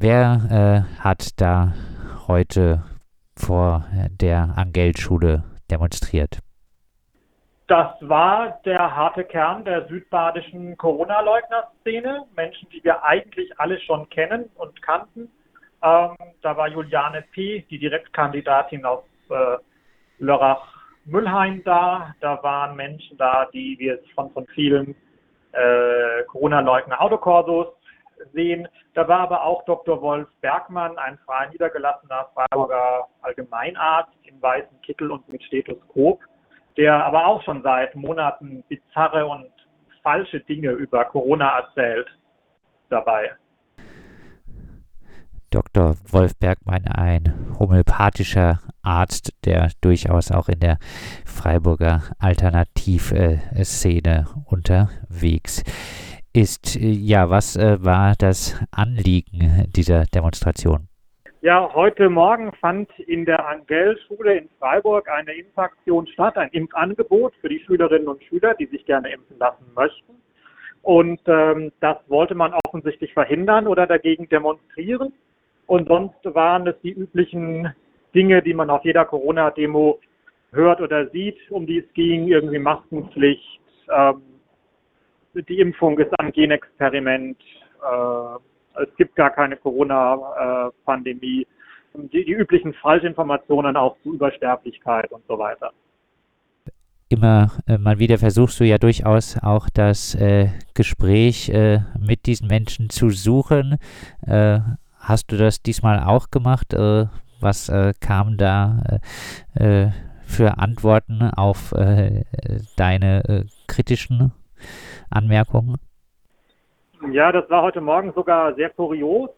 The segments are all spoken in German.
Wer hat da heute vor der Angell-Schule demonstriert? Das war der harte Kern der südbadischen Corona-Leugner-Szene. Menschen, die wir eigentlich alle schon kennen und kannten. Da war Juliane P., die Direktkandidatin aus Lörrach-Müllheim da. Da waren Menschen da, die wir schon von vielen Corona-Leugner-Autokorsos sehen. Da war aber auch Dr. Wolf Bergmann, ein frei niedergelassener Freiburger Allgemeinarzt im weißen Kittel und mit Stethoskop, der aber auch schon seit Monaten bizarre und falsche Dinge über Corona erzählt dabei. Dr. Wolf Bergmann, ein homöopathischer Arzt, der durchaus auch in der Freiburger Alternativszene unterwegs ist. Ja, was war das Anliegen dieser Demonstration? Ja, heute Morgen fand in der Angell-Schule in Freiburg eine Impfaktion statt, ein Impfangebot für die Schülerinnen und Schüler, die sich gerne impfen lassen möchten. Und das wollte man offensichtlich verhindern oder dagegen demonstrieren. Und sonst waren es die üblichen Dinge, die man auf jeder Corona-Demo hört oder sieht, um die es ging, irgendwie Maskenpflicht, die Impfung ist ein Genexperiment, es gibt gar keine Corona-Pandemie, die üblichen Falschinformationen auch zu Übersterblichkeit und so weiter. Immer mal wieder versuchst du ja durchaus auch das Gespräch mit diesen Menschen zu suchen. Hast du das diesmal auch gemacht? Was kamen da für Antworten auf deine kritischen Anmerkungen? Ja, das war heute Morgen sogar sehr kurios.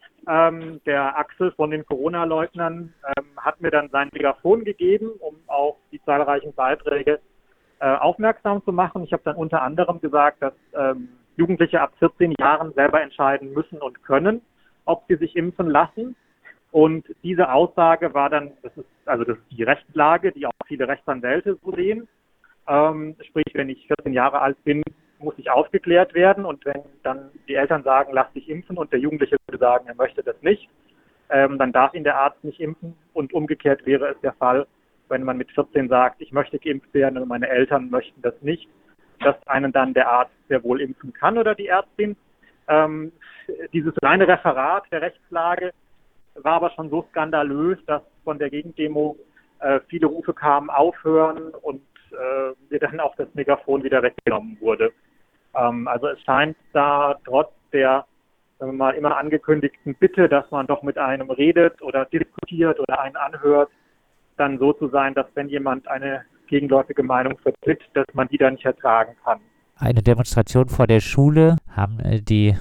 Der Axel von den Corona-Leugnern hat mir dann sein Megafon gegeben, um auf die zahlreichen Beiträge aufmerksam zu machen. Ich habe dann unter anderem gesagt, dass Jugendliche ab 14 Jahren selber entscheiden müssen und können, ob sie sich impfen lassen. Und diese Aussage war dann, das ist die Rechtslage, die auch viele Rechtsanwälte so sehen. Sprich, wenn ich 14 Jahre alt bin, muss ich aufgeklärt werden. Und wenn dann die Eltern sagen, lass dich impfen und der Jugendliche würde sagen, er möchte das nicht, dann darf ihn der Arzt nicht impfen. Und umgekehrt wäre es der Fall, wenn man mit 14 sagt, ich möchte geimpft werden und meine Eltern möchten das nicht, dass einen dann der Arzt sehr wohl impfen kann oder die Ärztin. Dieses reine Referat der Rechtslage war aber schon so skandalös, dass von der Gegendemo viele Rufe kamen, aufhören und mir dann auch das Megafon wieder weggenommen wurde. Also es scheint da trotz der, sagen wir mal, immer angekündigten Bitte, dass man doch mit einem redet oder diskutiert oder einen anhört, dann so zu sein, dass wenn jemand eine gegenläufige Meinung vertritt, dass man die dann nicht ertragen kann. Eine Demonstration vor der Schule haben die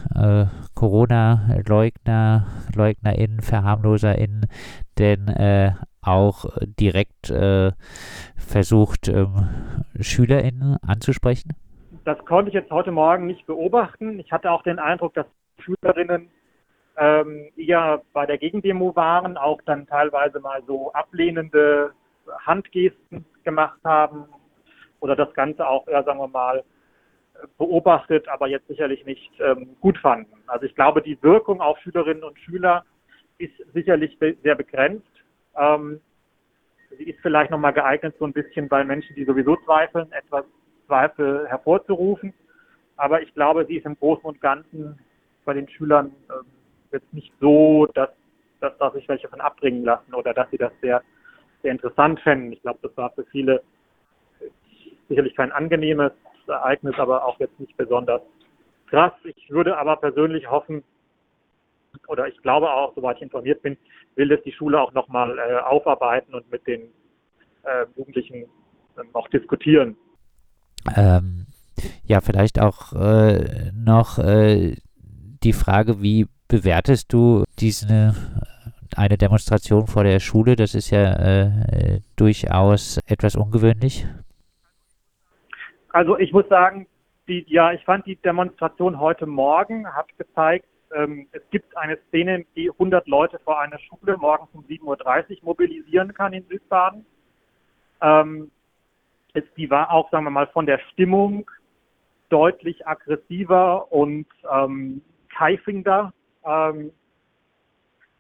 Corona-Leugner, LeugnerInnen, VerharmloserInnen denn auch direkt versucht, SchülerInnen anzusprechen? Das konnte ich jetzt heute Morgen nicht beobachten. Ich hatte auch den Eindruck, dass Schülerinnen eher bei der Gegendemo waren, auch dann teilweise mal so ablehnende Handgesten gemacht haben oder das Ganze auch eher, sagen wir mal, beobachtet, aber jetzt sicherlich nicht gut fanden. Also ich glaube, die Wirkung auf Schülerinnen und Schüler ist sicherlich sehr begrenzt. Sie ist vielleicht nochmal geeignet, so ein bisschen bei Menschen, die sowieso zweifeln, etwas Zweifel hervorzurufen. Aber ich glaube, sie ist im Großen und Ganzen bei den Schülern jetzt nicht so, dass da sich welche von abbringen lassen oder dass sie das sehr, sehr interessant fänden. Ich glaube, das war für viele sicherlich kein angenehmes Ereignis, aber auch jetzt nicht besonders krass. Ich würde aber persönlich hoffen, oder ich glaube auch, soweit ich informiert bin, will das die Schule auch nochmal aufarbeiten und mit den Jugendlichen auch diskutieren. Ja, vielleicht auch noch die Frage, wie bewertest du eine Demonstration vor der Schule? Das ist ja durchaus etwas ungewöhnlich. Also ich muss sagen, ich fand die Demonstration heute Morgen hat gezeigt, es gibt eine Szene, die 100 Leute vor einer Schule morgens um 7:30 Uhr mobilisieren kann in Südbaden. Die war auch, sagen wir mal, von der Stimmung deutlich aggressiver und keifender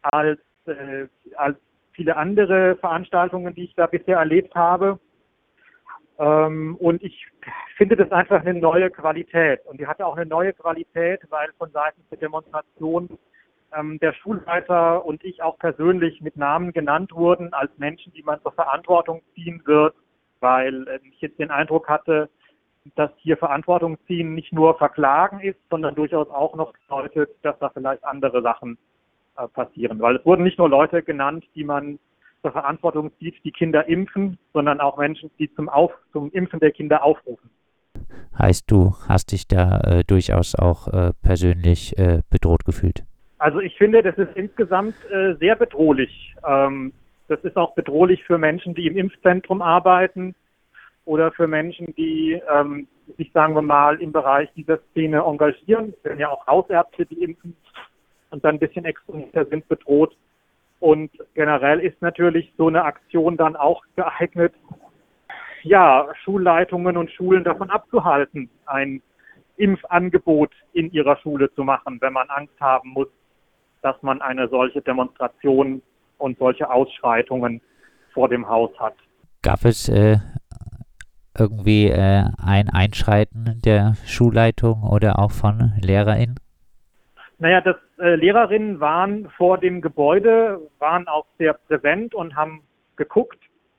als viele andere Veranstaltungen, die ich da bisher erlebt habe. Und ich finde das einfach eine neue Qualität. Und die hatte auch eine neue Qualität, weil von Seiten der Demonstration der Schulleiter und ich auch persönlich mit Namen genannt wurden als Menschen, die man zur Verantwortung ziehen wird, weil ich jetzt den Eindruck hatte, dass hier Verantwortung ziehen nicht nur Verklagen ist, sondern durchaus auch noch bedeutet, dass da vielleicht andere Sachen passieren. Weil es wurden nicht nur Leute genannt, die man zur Verantwortung zieht, die Kinder impfen, sondern auch Menschen, die zum Impfen der Kinder aufrufen. Heißt, du hast dich da durchaus auch persönlich bedroht gefühlt? Also ich finde, das ist insgesamt sehr bedrohlich. Das ist auch bedrohlich für Menschen, die im Impfzentrum arbeiten oder für Menschen, die sich, sagen wir mal, im Bereich dieser Szene engagieren. Es werden ja auch Hausärzte, die impfen und dann ein bisschen exponierter sind, bedroht. Und generell ist natürlich so eine Aktion dann auch geeignet, ja, Schulleitungen und Schulen davon abzuhalten, ein Impfangebot in ihrer Schule zu machen, wenn man Angst haben muss, dass man eine solche Demonstration und solche Ausschreitungen vor dem Haus hat. Gab es irgendwie ein Einschreiten der Schulleitung oder auch von LehrerInnen? Naja, Lehrerinnen waren vor dem Gebäude, waren auch sehr präsent und haben geguckt.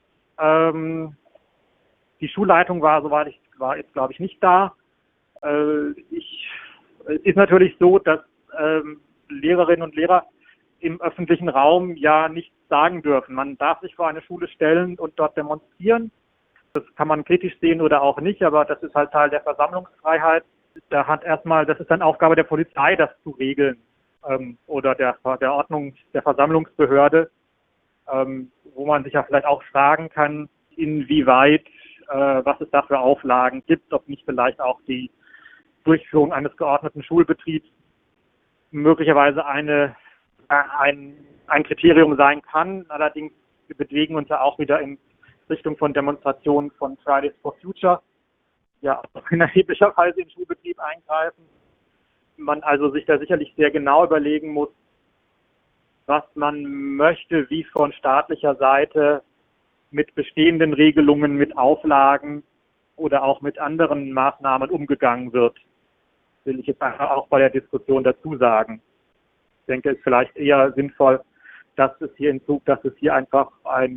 Die Schulleitung war jetzt, glaube ich, nicht da. Es ist natürlich so, dass Lehrerinnen und Lehrer im öffentlichen Raum ja nichts sagen dürfen. Man darf sich vor eine Schule stellen und dort demonstrieren. Das kann man kritisch sehen oder auch nicht, aber das ist halt Teil der Versammlungsfreiheit. Das ist dann Aufgabe der Polizei, das zu regeln, oder der Ordnung der Versammlungsbehörde, wo man sich ja vielleicht auch fragen kann, inwieweit, was es da für Auflagen gibt, ob nicht vielleicht auch die Durchführung eines geordneten Schulbetriebs möglicherweise ein Kriterium sein kann. Allerdings, wir bewegen uns ja auch wieder in Richtung von Demonstrationen von Fridays for Future, ja, in erheblicher Weise in den Schulbetrieb eingreifen. Man also sich da sicherlich sehr genau überlegen muss, was man möchte, wie von staatlicher Seite mit bestehenden Regelungen, mit Auflagen oder auch mit anderen Maßnahmen umgegangen wird. Will ich jetzt einfach auch bei der Diskussion dazu sagen. Ich denke, es ist vielleicht eher sinnvoll, dass es hier einfach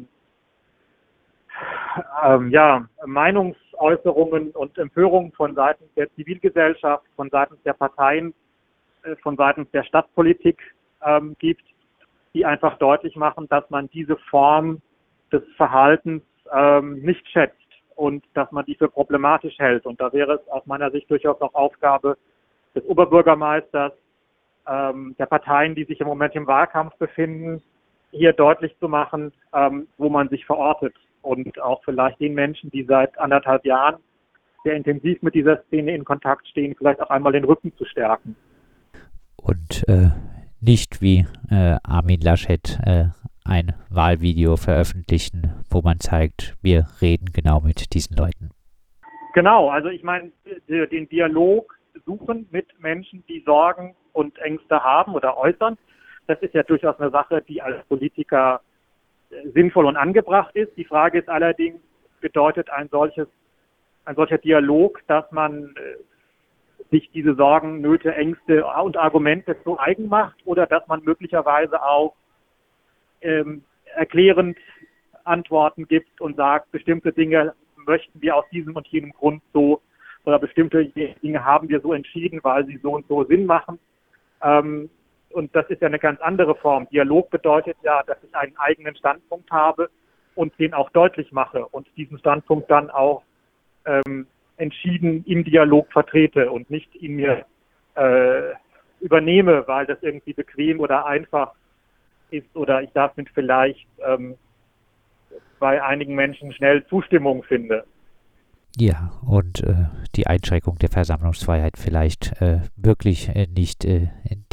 Meinungsäußerungen und Empörungen von Seiten der Zivilgesellschaft, von Seiten der Parteien, von Seiten der Stadtpolitik gibt, die einfach deutlich machen, dass man diese Form des Verhaltens nicht schätzt und dass man die für problematisch hält. Und da wäre es aus meiner Sicht durchaus auch Aufgabe des Oberbürgermeisters, der Parteien, die sich im Moment im Wahlkampf befinden, hier deutlich zu machen, wo man sich verortet. Und auch vielleicht den Menschen, die seit 1,5 Jahren sehr intensiv mit dieser Szene in Kontakt stehen, vielleicht auch einmal den Rücken zu stärken. Und nicht wie Armin Laschet ein Wahlvideo veröffentlichen, wo man zeigt, wir reden genau mit diesen Leuten. Genau, also ich meine, den Dialog suchen mit Menschen, die Sorgen und Ängste haben oder äußern, das ist ja durchaus eine Sache, die als Politiker sinnvoll und angebracht ist. Die Frage ist allerdings, bedeutet ein solcher Dialog, dass man sich diese Sorgen, Nöte, Ängste und Argumente zu eigen macht oder dass man möglicherweise auch erklärend Antworten gibt und sagt, bestimmte Dinge möchten wir aus diesem und jenem Grund so oder bestimmte Dinge haben wir so entschieden, weil sie so und so Sinn machen. Und das ist ja eine ganz andere Form. Dialog bedeutet ja, dass ich einen eigenen Standpunkt habe und den auch deutlich mache und diesen Standpunkt dann auch entschieden im Dialog vertrete und nicht ihn mir übernehme, weil das irgendwie bequem oder einfach ist oder ich damit vielleicht bei einigen Menschen schnell Zustimmung finde. Ja, und die Einschränkung der Versammlungsfreiheit vielleicht wirklich nicht die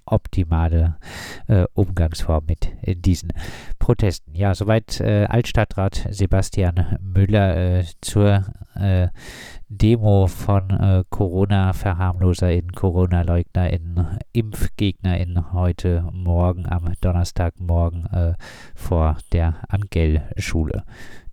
optimale Umgangsform mit diesen Protesten. Ja, soweit Altstadtrat Sebastian Müller zur Demo von Corona-VerharmloserInnen, CoronaLeugnerInnen, ImpfgegnerInnen heute Morgen, am Donnerstagmorgen vor der Angell-Schule.